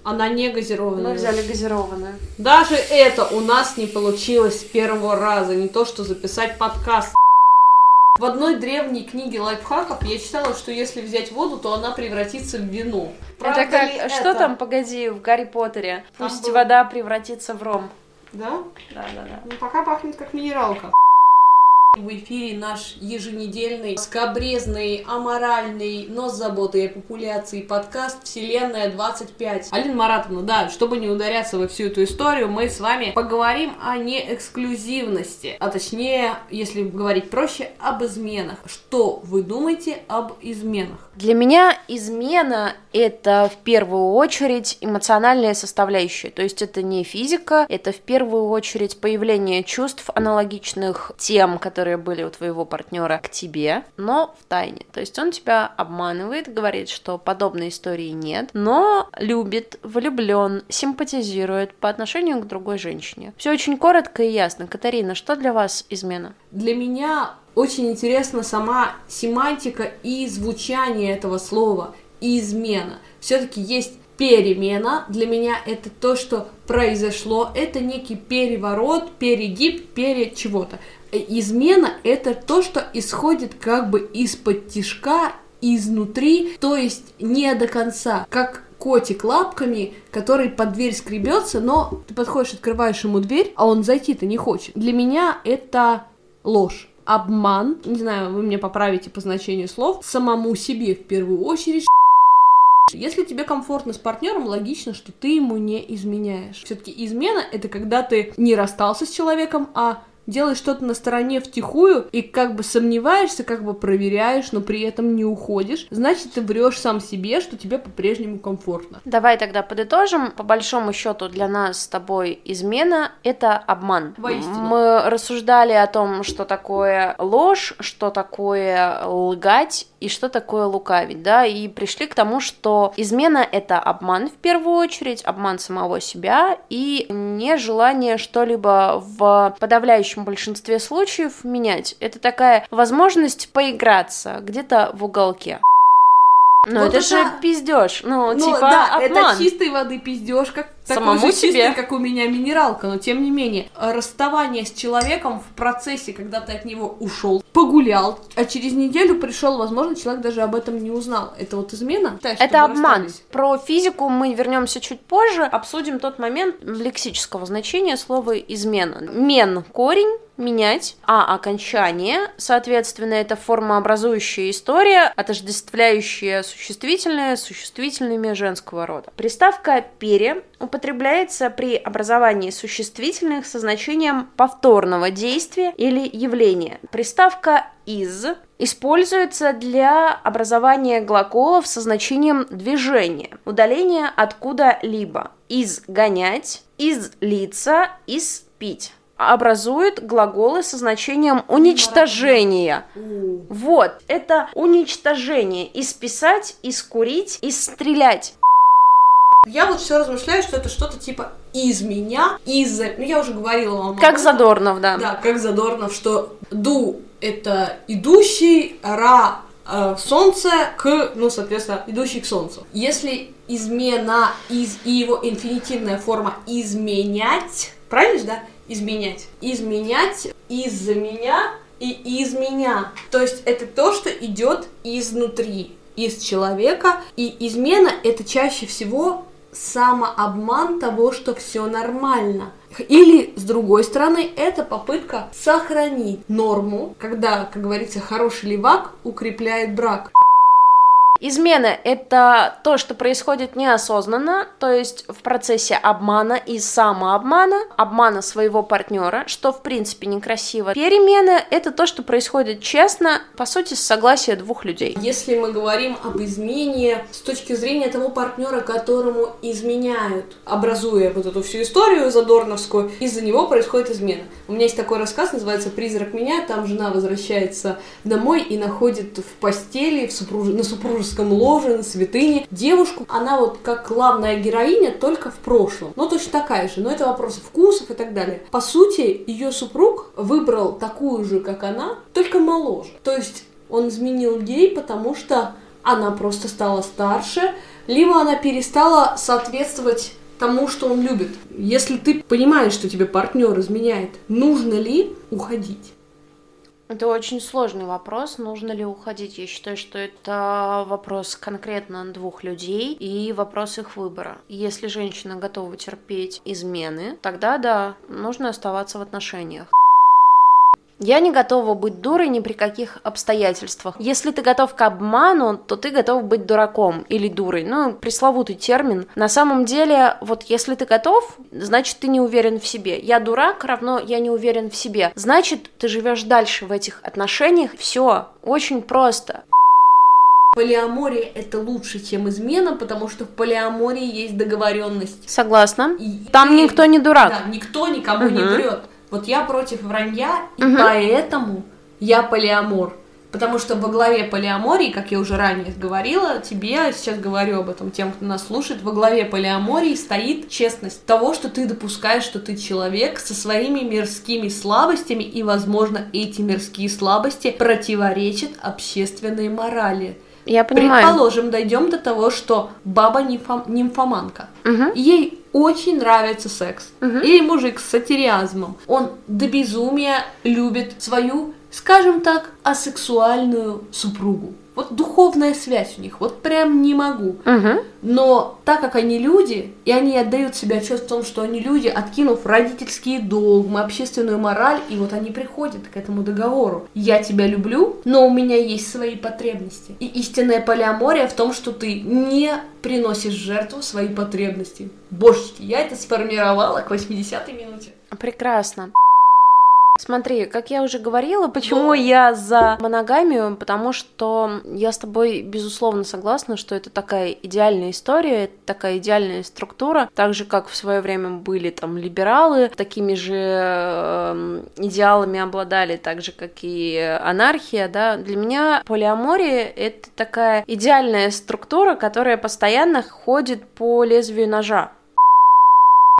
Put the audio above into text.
Она не газированная. Мы взяли газированную. Даже это у нас не получилось с первого раза. Не то, что записать подкаст. В одной древней книге лайфхаков я читала, что если взять воду, то она превратится в вино. Правда это как... ли Что это? там, погоди, в Гарри Поттере? Там Пусть был... вода превратится в ром. Да? Да. Ну, пока пахнет как минералка. В эфире наш еженедельный, скабрезный, аморальный, но с заботой о популяции подкаст «Вселенная 25». Алина Маратовна, да, чтобы не ударяться во всю эту историю, мы с вами поговорим о неэксклюзивности, а точнее, если говорить проще, об изменах. Что вы думаете об изменах? Для меня измена — это в первую очередь эмоциональная составляющая, то есть это не физика, это в первую очередь появление чувств, аналогичных тем, которые были у твоего партнера к тебе, но в тайне. То есть он тебя обманывает, говорит, что подобной истории нет, но любит, влюблен, симпатизирует по отношению к другой женщине. Все очень коротко и ясно. Катарина, что для вас измена? Для меня очень интересна сама семантика и звучание этого слова «измена». Все-таки есть перемена. Для меня это то, что произошло. Это некий переворот, перегиб, чего-то. Измена — это то, что исходит как бы из-под тишка, изнутри, то есть не до конца, как котик лапками, который под дверь скребется, но ты подходишь, открываешь ему дверь, а он зайти-то не хочет. Для меня это ложь, обман, не знаю, вы меня поправите по значению слов, самому себе в первую очередь. Если тебе комфортно с партнером, логично, что ты ему не изменяешь. Все-таки измена — это когда ты не расстался с человеком, а делаешь что-то на стороне втихую и как бы сомневаешься, как бы проверяешь, но при этом не уходишь, значит, ты врешь сам себе, что тебе по-прежнему комфортно. Давай тогда подытожим. По большому счету для нас с тобой измена — это обман. Воистину. Мы рассуждали о том, что такое ложь, что такое лгать и что такое лукавить, да, и пришли к тому, что измена — это обман в первую очередь, обман самого себя и нежелание что-либо в подавляющем большинстве случаев менять. Это такая возможность поиграться где-то в уголке. Ну, вот это же пиздеж, типа да, обман. Это чистой воды пиздеж, как самому такой же себе. Чистый, как у меня минералка, но тем не менее, расставание с человеком в процессе, когда ты от него ушел, погулял, а через неделю пришел, возможно, человек даже об этом не узнал. Это вот измена? Это обман. Про физику мы вернемся чуть позже, обсудим тот момент лексического значения слова измена. Мен — корень, менять, а окончание, соответственно, это формообразующая история, отождествляющая существительное с существительными женского рода. Приставка «пере» употребляется при образовании существительных со значением повторного действия или явления. Приставка «из» используется для образования глаголов со значением движения, удаления откуда-либо. Изгонять, излиться, испить. Образуют глаголы со значением уничтожения. Вот, это уничтожение. Исписать, искурить, исстрелять. Я вот все размышляю, что это что-то типа из меня, из-за... Ну, я уже говорила вам. Как Задорнов, да. Да, как Задорнов, что ду — это идущий, ра — солнце, к, соответственно, идущий к солнцу. Если измена и его инфинитивная форма изменять, правильно же, да? Изменять. Изменять из-за меня и из меня. То есть это то, что идет изнутри, из человека. И измена — это чаще всего самообман того, что все нормально. Или, с другой стороны, это попытка сохранить норму, когда, как говорится, хороший левак укрепляет брак. Измена — это то, что происходит неосознанно, то есть в процессе обмана и самообмана, обмана своего партнера, что в принципе некрасиво. Перемена — это то, что происходит честно, по сути, с согласия двух людей. Если мы говорим об измене с точки зрения того партнера, которому изменяют, образуя вот эту всю историю задорновскую, из-за него происходит измена. У меня есть такой рассказ, называется «Призрак меня», там жена возвращается домой и находит в постели, на супружеском ложе, на святыне девушку. Она вот как главная героиня, только в прошлом. Но точно такая же, но это вопрос вкусов и так далее. По сути, ее супруг выбрал такую же, как она, только моложе. То есть он изменил ей, потому что она просто стала старше, либо она перестала соответствовать тому, что он любит. Если ты понимаешь, что тебе партнер изменяет, нужно ли уходить? Это очень сложный вопрос, нужно ли уходить. Я считаю, что это вопрос конкретно двух людей и вопрос их выбора. Если женщина готова терпеть измены, тогда да, нужно оставаться в отношениях. Я не готова быть дурой ни при каких обстоятельствах. Если ты готов к обману, то ты готов быть дураком или дурой. Ну, пресловутый термин. На самом деле, вот если ты готов, значит, ты не уверен в себе. Я дурак, равно я не уверен в себе. Значит, ты живешь дальше в этих отношениях. Все, очень просто. Полиамория — это лучше, чем измена, потому что в полиамории есть договоренность. Согласна. Там никто не дурак. Да, никто никому не врет. Вот я против вранья, и поэтому я полиамор. Потому что во главе полиамории, как я уже ранее говорила, тебе сейчас говорю об этом тем, кто нас слушает, во главе полиамории стоит честность того, что ты допускаешь, что ты человек со своими мирскими слабостями, и, возможно, эти мирские слабости противоречат общественной морали. Я понимаю. Предположим, дойдем до того, что баба нимфоманка. Ей очень нравится секс. Или мужик с сатириазмом. Он до безумия любит свою, скажем так, асексуальную супругу. Вот духовная связь у них, вот прям не могу. Но так как они люди, и они отдают себе отчет в том, что они люди, откинув родительские догмы, общественную мораль, и вот они приходят к этому договору. Я тебя люблю, но у меня есть свои потребности. И истинная полиамория в том, что ты не приносишь в жертву свои потребности. Божечки, я это сформировала к 80-й минуте. Прекрасно. Смотри, как я уже говорила, почему я за моногамию, потому что я с тобой, безусловно, согласна, что это такая идеальная история, это такая идеальная структура, так же, как в свое время были там либералы, такими же идеалами обладали, так же, как и анархия, да. Для меня полиамория — это такая идеальная структура, которая постоянно ходит по лезвию ножа.